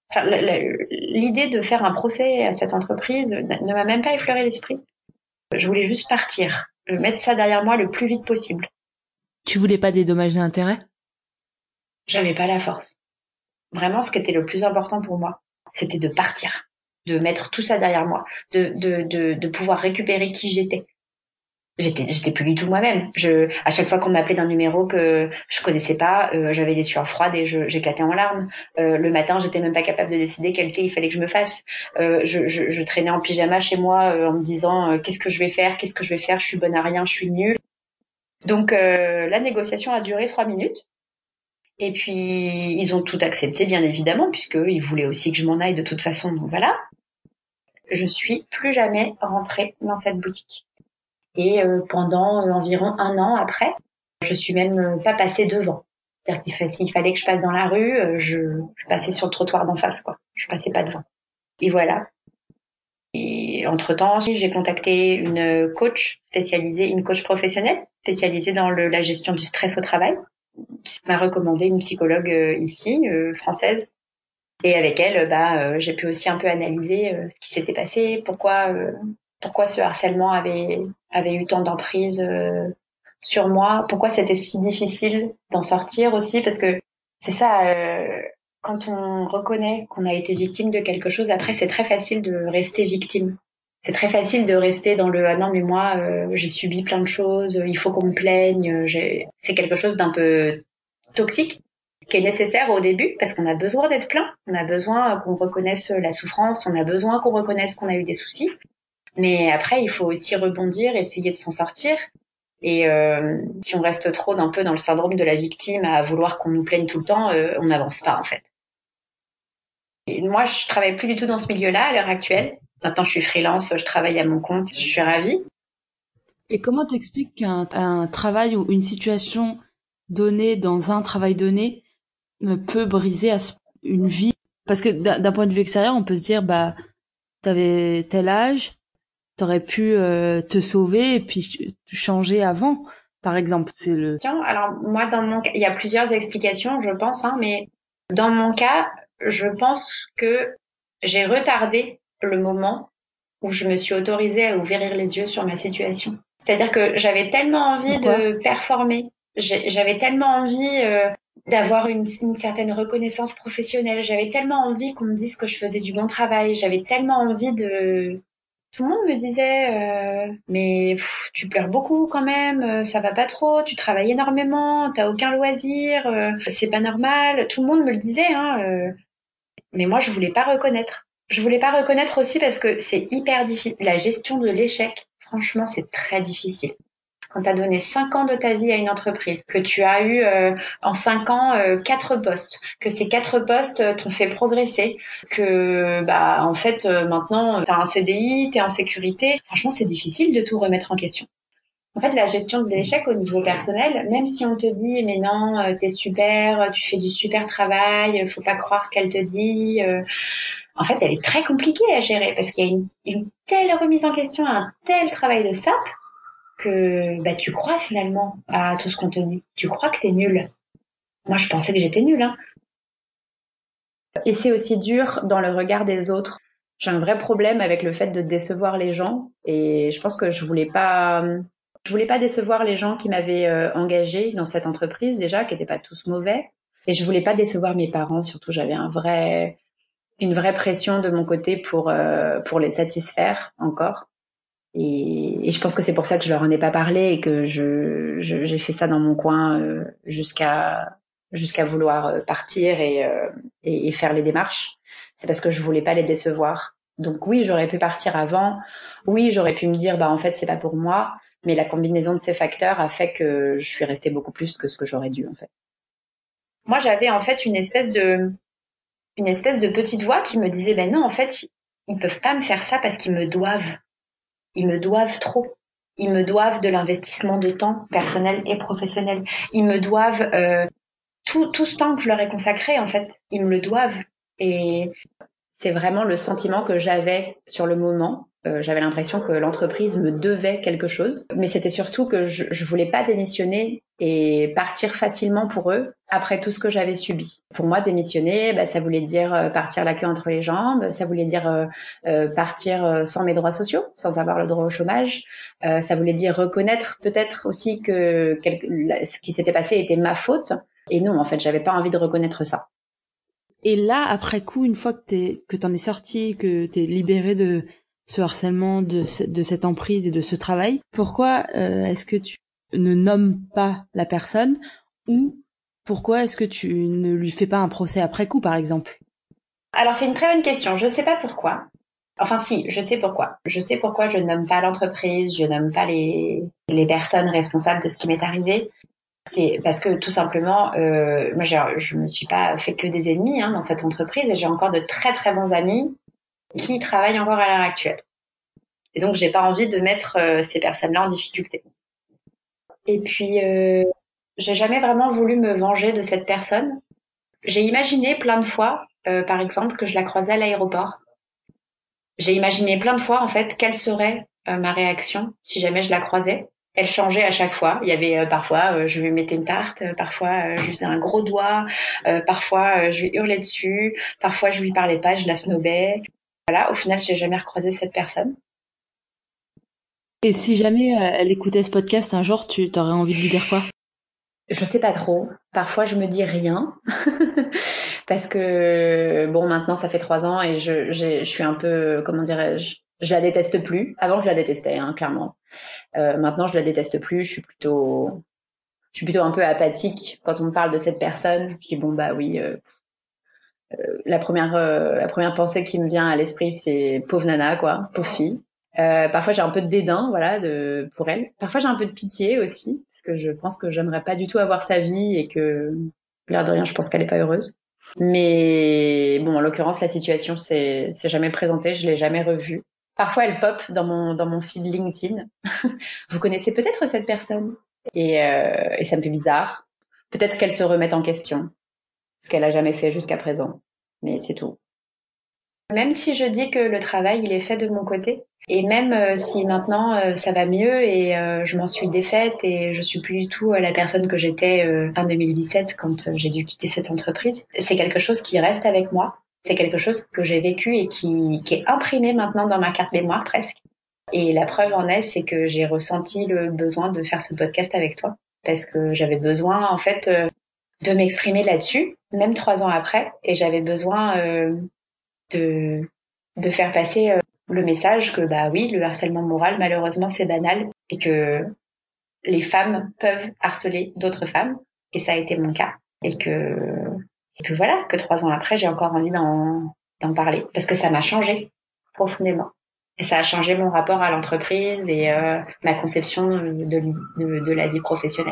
l'idée de faire un procès à cette entreprise ne m'a même pas effleuré l'esprit. Je voulais juste partir, mettre ça derrière moi le plus vite possible. Tu voulais pas des dommages et intérêts? J'avais pas la force. Vraiment, ce qui était le plus important pour moi, c'était de partir, de mettre tout ça derrière moi, de pouvoir récupérer qui j'étais. J'étais plus du tout moi-même. À chaque fois qu'on m'appelait d'un numéro que je connaissais pas, j'avais des sueurs froides et j'éclatais en larmes. Le matin, j'étais même pas capable de décider quel thé il fallait que je me fasse. Je traînais en pyjama chez moi en me disant qu'est-ce que je vais faire, je suis bonne à rien, je suis nulle. Donc la négociation a duré 3 minutes. Et puis ils ont tout accepté, bien évidemment, puisqu'ils voulaient aussi que je m'en aille de toute façon. Donc voilà. Je suis plus jamais rentrée dans cette boutique. Et pendant environ 1 an après, je suis même pas passée devant. C'est-à-dire s'il fallait que je passe dans la rue, je passais sur le trottoir d'en face, quoi. Je passais pas devant. Et voilà. Et entre-temps, j'ai contacté une coach professionnelle spécialisée dans la gestion du stress au travail, qui m'a recommandé une psychologue ici, française. Et avec elle, j'ai pu aussi un peu analyser ce qui s'était passé, pourquoi ce harcèlement avait eu tant d'emprise sur moi, pourquoi c'était si difficile d'en sortir aussi, parce que c'est ça, quand on reconnaît qu'on a été victime de quelque chose, après c'est très facile de rester victime. C'est très facile de rester dans le ah non mais moi j'ai subi plein de choses, il faut qu'on me plaigne, c'est quelque chose d'un peu toxique qui est nécessaire au début parce qu'on a besoin d'être plein, on a besoin qu'on reconnaisse la souffrance, on a besoin qu'on reconnaisse qu'on a eu des soucis. Mais après, il faut aussi rebondir, essayer de s'en sortir. Et si on reste trop un peu dans le syndrome de la victime à vouloir qu'on nous plaigne tout le temps, on n'avance pas en fait. Et moi, je travaille plus du tout dans ce milieu-là à l'heure actuelle. Maintenant, je suis freelance, je travaille à mon compte, je suis ravie. Et comment t'expliques qu'un travail ou une situation donnée dans un travail donné peut briser une vie? Parce que d'un point de vue extérieur, on peut se dire, bah, t'avais tel âge, t'aurais pu te sauver et puis changer avant, par exemple. Tiens, alors moi, dans mon cas, il y a plusieurs explications, je pense, mais dans mon cas, je pense que j'ai retardé le moment où je me suis autorisée à ouvrir les yeux sur ma situation. C'est-à-dire que j'avais tellement envie Pourquoi? de performer, j'avais tellement envie d'avoir une certaine reconnaissance professionnelle, j'avais tellement envie qu'on me dise que je faisais du bon travail, j'avais tellement envie de... Tout le monde me disait mais tu pleures beaucoup quand même, ça va pas trop, tu travailles énormément, t'as aucun loisir, c'est pas normal. Tout le monde me le disait, mais moi je voulais pas reconnaître. Je voulais pas reconnaître aussi parce que c'est hyper difficile. La gestion de l'échec, franchement, c'est très difficile. quand tu as donné 5 ans de ta vie à une entreprise, que tu as eu en 5 ans 4 postes, que ces 4 postes t'ont fait progresser, que en fait maintenant tu as un CDI, tu es en sécurité, franchement c'est difficile de tout remettre en question. En fait, la gestion de l'échec au niveau personnel, même si on te dit mais non, t'es super, tu fais du super travail, faut pas croire qu'elle te dit, en fait, elle est très compliquée à gérer parce qu'il y a une telle remise en question, un tel travail de sape que tu crois finalement à tout ce qu'on te dit. Tu crois que t'es nul. Moi, je pensais que j'étais nulle. Hein. Et c'est aussi dur dans le regard des autres. J'ai un vrai problème avec le fait de décevoir les gens et je pense que je voulais pas décevoir les gens qui m'avaient engagée dans cette entreprise déjà, qui n'étaient pas tous mauvais. Et je voulais pas décevoir mes parents, surtout j'avais une vraie pression de mon côté pour les satisfaire encore. Et je pense que c'est pour ça que je leur en ai pas parlé et que j'ai fait ça dans mon coin jusqu'à vouloir partir et faire les démarches. C'est parce que je voulais pas les décevoir. Donc oui, j'aurais pu partir avant. Oui, j'aurais pu me dire en fait c'est pas pour moi. Mais la combinaison de ces facteurs a fait que je suis restée beaucoup plus que ce que j'aurais dû en fait. Moi, j'avais en fait une espèce de petite voix qui me disait non en fait ils peuvent pas me faire ça parce qu'ils me doivent. Ils me doivent trop. Ils me doivent de l'investissement de temps personnel et professionnel. Ils me doivent tout ce temps que je leur ai consacré, en fait. Ils me le doivent. Et c'est vraiment le sentiment que j'avais sur le moment. J'avais l'impression que l'entreprise me devait quelque chose. Mais c'était surtout que je voulais pas démissionner et partir facilement pour eux après tout ce que j'avais subi. Pour moi, démissionner, ça voulait dire partir la queue entre les jambes. Ça voulait dire partir sans mes droits sociaux, sans avoir le droit au chômage. Ça voulait dire reconnaître peut-être aussi que ce qui s'était passé était ma faute. Et non, en fait, j'avais pas envie de reconnaître ça. Et là, après coup, une fois que t'en es sorti, que t'es libéré de ce harcèlement, de cette emprise et de ce travail, pourquoi est-ce que tu ne nommes pas la personne ou pourquoi est-ce que tu ne lui fais pas un procès après coup, par exemple? Alors, c'est une très bonne question. Je sais pas pourquoi. Enfin, si, je sais pourquoi. Je sais pourquoi je nomme pas l'entreprise, je nomme pas les personnes responsables de ce qui m'est arrivé. C'est parce que tout simplement, moi, je me suis pas fait que des ennemis dans cette entreprise et j'ai encore de très très bons amis qui travaillent encore à l'heure actuelle. Et donc, j'ai pas envie de mettre ces personnes-là en difficulté. Et puis, j'ai jamais vraiment voulu me venger de cette personne. J'ai imaginé plein de fois, par exemple, que je la croisais à l'aéroport. J'ai imaginé plein de fois, en fait, quelle serait ma réaction si jamais je la croisais. Elle changeait à chaque fois. Il y avait parfois, je lui mettais une tarte, parfois je lui faisais un gros doigt, parfois je lui hurlais dessus, parfois je lui parlais pas, je la snobais. Voilà, au final, j'ai jamais recroisé cette personne. Et si jamais elle écoutait ce podcast un jour, tu t'aurais envie de lui dire quoi? Je sais pas trop. Parfois, je me dis rien parce que maintenant ça fait 3 ans et je suis un peu, comment dirais-je, je la déteste plus. Avant, je la détestais, clairement. Maintenant, je la déteste plus. Je suis plutôt un peu apathique quand on me parle de cette personne. Je dis oui. La première pensée qui me vient à l'esprit, c'est pauvre nana, quoi, pauvre fille. Parfois j'ai un peu de dédain, voilà, pour elle. Parfois j'ai un peu de pitié aussi, parce que je pense que j'aimerais pas du tout avoir sa vie et que, l'air de rien, je pense qu'elle est pas heureuse. Mais bon, en l'occurrence, la situation s'est jamais présentée, je l'ai jamais revue. Parfois elle pop dans mon feed LinkedIn. Vous connaissez peut-être cette personne et ça me fait bizarre. Peut-être qu'elle se remette en question, ce qu'elle a jamais fait jusqu'à présent. Mais c'est tout. Même si je dis que le travail, il est fait de mon côté, et même si maintenant ça va mieux et je m'en suis défaite et je suis plus du tout la personne que j'étais fin 2017 quand j'ai dû quitter cette entreprise, c'est quelque chose qui reste avec moi. C'est quelque chose que j'ai vécu et qui est imprimé maintenant dans ma carte mémoire presque. Et la preuve en est, c'est que j'ai ressenti le besoin de faire ce podcast avec toi parce que j'avais besoin en fait de m'exprimer là-dessus, même 3 ans après, et j'avais besoin de faire passer le message que oui, le harcèlement moral, malheureusement, c'est banal et que les femmes peuvent harceler d'autres femmes, et ça a été mon cas, et que voilà, que 3 ans après, j'ai encore envie d'en parler parce que ça m'a changé profondément. Et ça a changé mon rapport à l'entreprise et ma conception de la vie professionnelle.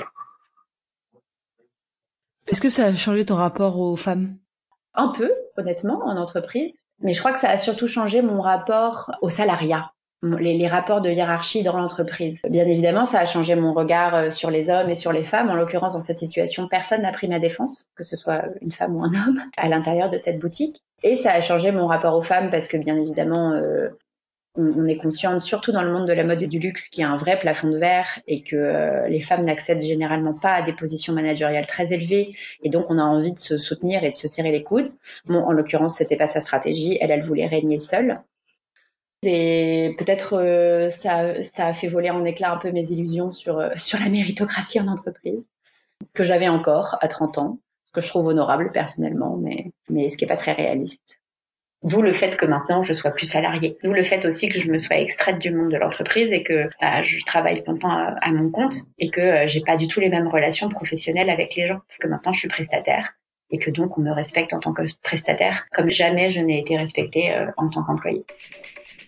Est-ce que ça a changé ton rapport aux femmes? Un peu, honnêtement, en entreprise. Mais je crois que ça a surtout changé mon rapport au salariat, les rapports de hiérarchie dans l'entreprise. Bien évidemment, ça a changé mon regard sur les hommes et sur les femmes. En l'occurrence, dans cette situation, personne n'a pris ma défense, que ce soit une femme ou un homme, à l'intérieur de cette boutique. Et ça a changé mon rapport aux femmes parce que, bien évidemment, on est consciente, surtout dans le monde de la mode et du luxe, qu'il y a un vrai plafond de verre et que les femmes n'accèdent généralement pas à des positions managériales très élevées. Et donc, on a envie de se soutenir et de se serrer les coudes. Bon, en l'occurrence, c'était pas sa stratégie. Elle voulait régner seule. Et peut-être ça a fait voler en éclats un peu mes illusions sur la méritocratie en entreprise, que j'avais encore à 30 ans, ce que je trouve honorable personnellement, mais ce qui est pas très réaliste. D'où le fait que maintenant je sois plus salariée. D'où le fait aussi que je me sois extraite du monde de l'entreprise et que je travaille maintenant à mon compte et que j'ai pas du tout les mêmes relations professionnelles avec les gens parce que maintenant je suis prestataire et que donc on me respecte en tant que prestataire comme jamais je n'ai été respectée en tant qu'employée.